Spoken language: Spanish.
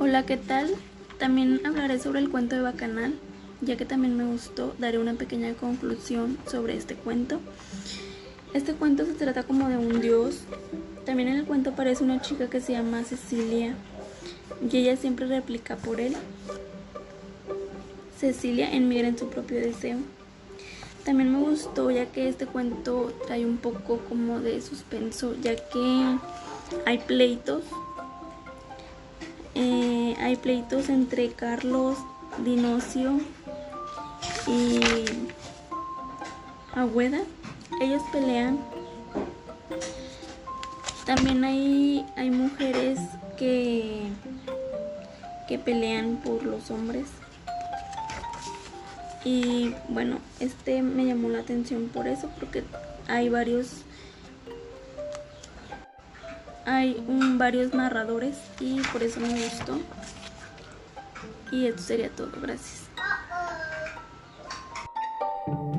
Hola, ¿qué tal? También hablaré sobre el cuento de Bacanal, ya que también me gustó, daré una pequeña conclusión sobre este cuento. Este cuento se trata como de un dios. También en el cuento aparece una chica que se llama Cecilia y ella siempre replica por él. Cecilia emigra en su propio deseo. También me gustó ya que este cuento trae un poco como de suspenso, ya que hay pleitos. Hay pleitos entre Carlos, Dinocio y Agüeda. Ellos pelean. También hay mujeres que pelean por los hombres. Y bueno, este me llamó la atención por eso, porque hay varios narradores y por eso me gustó. Y esto sería todo, gracias.